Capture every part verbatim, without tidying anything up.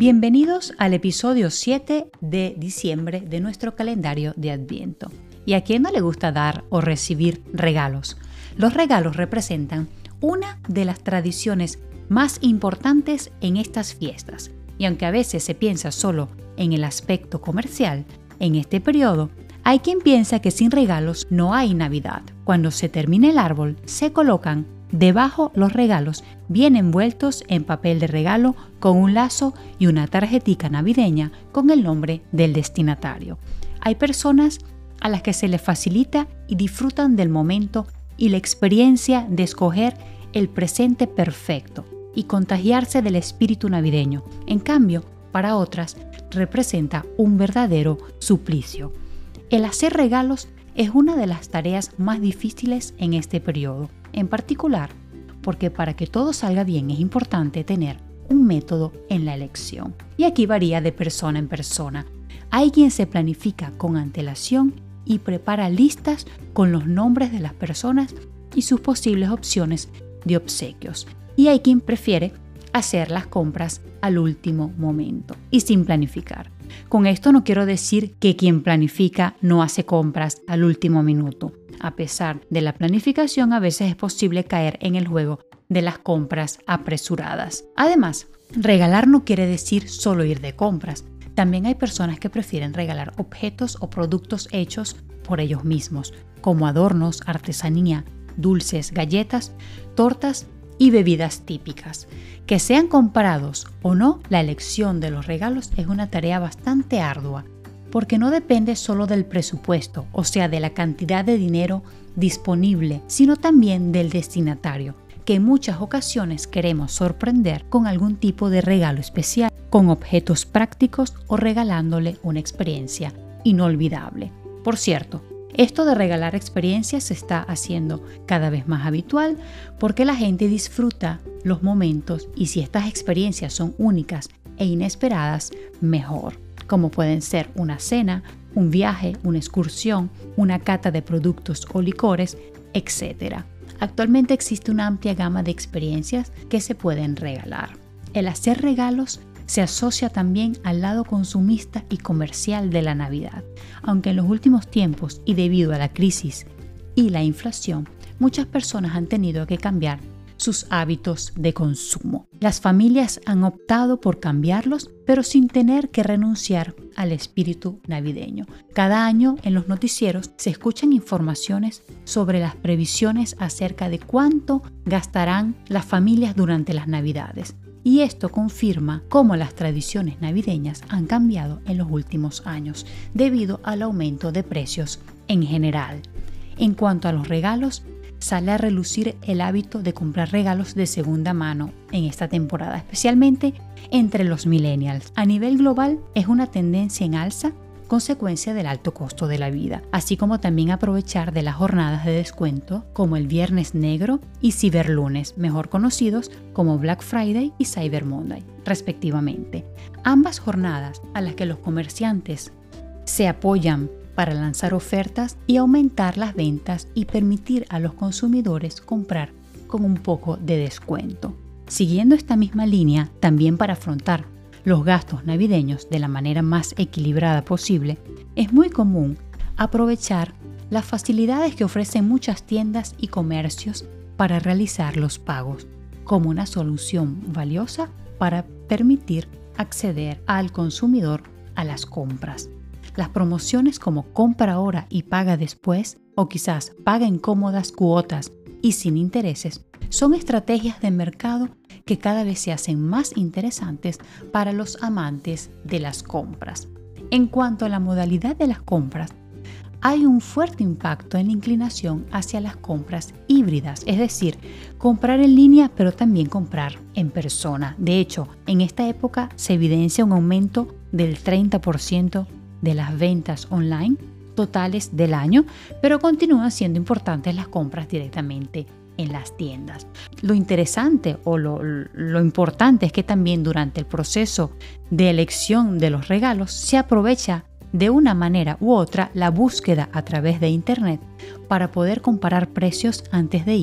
Bienvenidos al episodio siete de diciembre de nuestro calendario de Adviento. ¿Y a quién no le gusta dar o recibir regalos? Los regalos representan una de las tradiciones más importantes en estas fiestas. Y aunque a veces se piensa solo en el aspecto comercial, en este periodo hay quien piensa que sin regalos no hay Navidad. Cuando se termina el árbol, se colocan debajo los regalos bien envueltos en papel de regalo con un lazo y una tarjetica navideña con el nombre del destinatario. Hay personas a las que se les facilita y disfrutan del momento y la experiencia de escoger el presente perfecto y contagiarse del espíritu navideño. En cambio, para otras representa un verdadero suplicio. El hacer regalos es una de las tareas más difíciles en este periodo, en particular porque para que todo salga bien es importante tener un método en la elección. Y aquí varía de persona en persona. Hay quien se planifica con antelación y prepara listas con los nombres de las personas y sus posibles opciones de obsequios. Y hay quien prefiere hacer las compras al último momento y sin planificar. Con esto no quiero decir que quien planifica no hace compras al último minuto. A pesar de la planificación, a veces es posible caer en el juego de las compras apresuradas. Además, regalar no quiere decir solo ir de compras. También hay personas que prefieren regalar objetos o productos hechos por ellos mismos, como adornos, artesanía, dulces, galletas, tortas y bebidas típicas. Que sean comprados o no, la elección de los regalos es una tarea bastante ardua, porque no depende solo del presupuesto, o sea, de la cantidad de dinero disponible, sino también del destinatario, que en muchas ocasiones queremos sorprender con algún tipo de regalo especial, con objetos prácticos o regalándole una experiencia inolvidable. Por cierto, esto de regalar experiencias se está haciendo cada vez más habitual porque la gente disfruta los momentos y si estas experiencias son únicas e inesperadas, mejor, como pueden ser una cena, un viaje, una excursión, una cata de productos o licores, etcétera. Actualmente existe una amplia gama de experiencias que se pueden regalar. El hacer regalos se asocia también al lado consumista y comercial de la Navidad, aunque en los últimos tiempos y debido a la crisis y la inflación, muchas personas han tenido que cambiar sus hábitos de consumo. Las familias han optado por cambiarlos, pero sin tener que renunciar al espíritu navideño. Cada año en los noticieros se escuchan informaciones sobre las previsiones acerca de cuánto gastarán las familias durante las Navidades. Y esto confirma cómo las tradiciones navideñas han cambiado en los últimos años debido al aumento de precios en general. En cuanto a los regalos, sale a relucir el hábito de comprar regalos de segunda mano en esta temporada, especialmente entre los millennials. A nivel global es una tendencia en alza, consecuencia del alto costo de la vida, así como también aprovechar de las jornadas de descuento como el Viernes Negro y Ciberlunes, mejor conocidos como Black Friday y Cyber Monday, respectivamente. Ambas jornadas a las que los comerciantes se apoyan para lanzar ofertas y aumentar las ventas y permitir a los consumidores comprar con un poco de descuento. Siguiendo esta misma línea, también para afrontar los gastos navideños de la manera más equilibrada posible, es muy común aprovechar las facilidades que ofrecen muchas tiendas y comercios para realizar los pagos, como una solución valiosa para permitir acceder al consumidor a las compras. Las promociones como compra ahora y paga después, o quizás paga en cómodas cuotas y sin intereses, son estrategias de mercado que cada vez se hacen más interesantes para los amantes de las compras. En cuanto a la modalidad de las compras, hay un fuerte impacto en la inclinación hacia las compras híbridas, es decir, comprar en línea pero también comprar en persona. De hecho, en esta época se evidencia un aumento del treinta por ciento de las ventas online totales del año, pero continúan siendo importantes las compras directamente en las tiendas. Lo interesante o lo, lo importante es que también durante el proceso de elección de los regalos se aprovecha de una manera u otra la búsqueda a través de internet para poder comparar precios antes de ir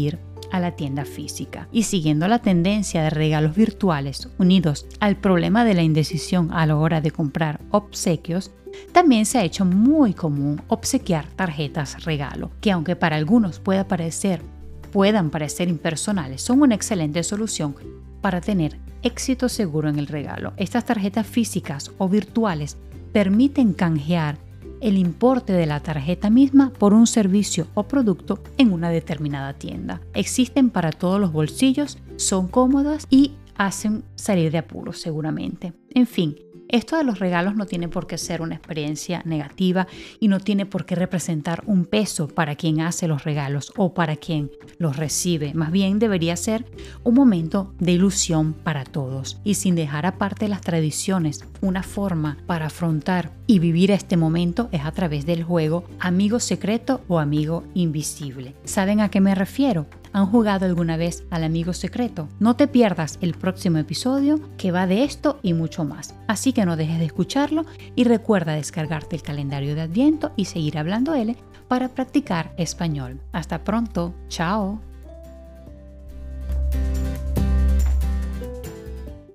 a la tienda física. Y siguiendo la tendencia de regalos virtuales unidos al problema de la indecisión a la hora de comprar obsequios, también se ha hecho muy común obsequiar tarjetas regalo, que aunque para algunos pueda parecer, puedan parecer impersonales, son una excelente solución para tener éxito seguro en el regalo. Estas tarjetas físicas o virtuales permiten canjear el importe de la tarjeta misma por un servicio o producto en una determinada tienda. Existen para todos los bolsillos, son cómodas y hacen salir de apuros seguramente. En fin, esto de los regalos no tiene por qué ser una experiencia negativa y no tiene por qué representar un peso para quien hace los regalos o para quien los recibe. Más bien debería ser un momento de ilusión para todos y sin dejar aparte las tradiciones. Una forma para afrontar y vivir este momento es a través del juego Amigo Secreto o Amigo Invisible. ¿Saben a qué me refiero? ¿Han jugado alguna vez al amigo secreto? No te pierdas el próximo episodio que va de esto y mucho más. Así que no dejes de escucharlo y recuerda descargarte el calendario de Adviento y seguir hablando L para practicar español. Hasta pronto. Chao.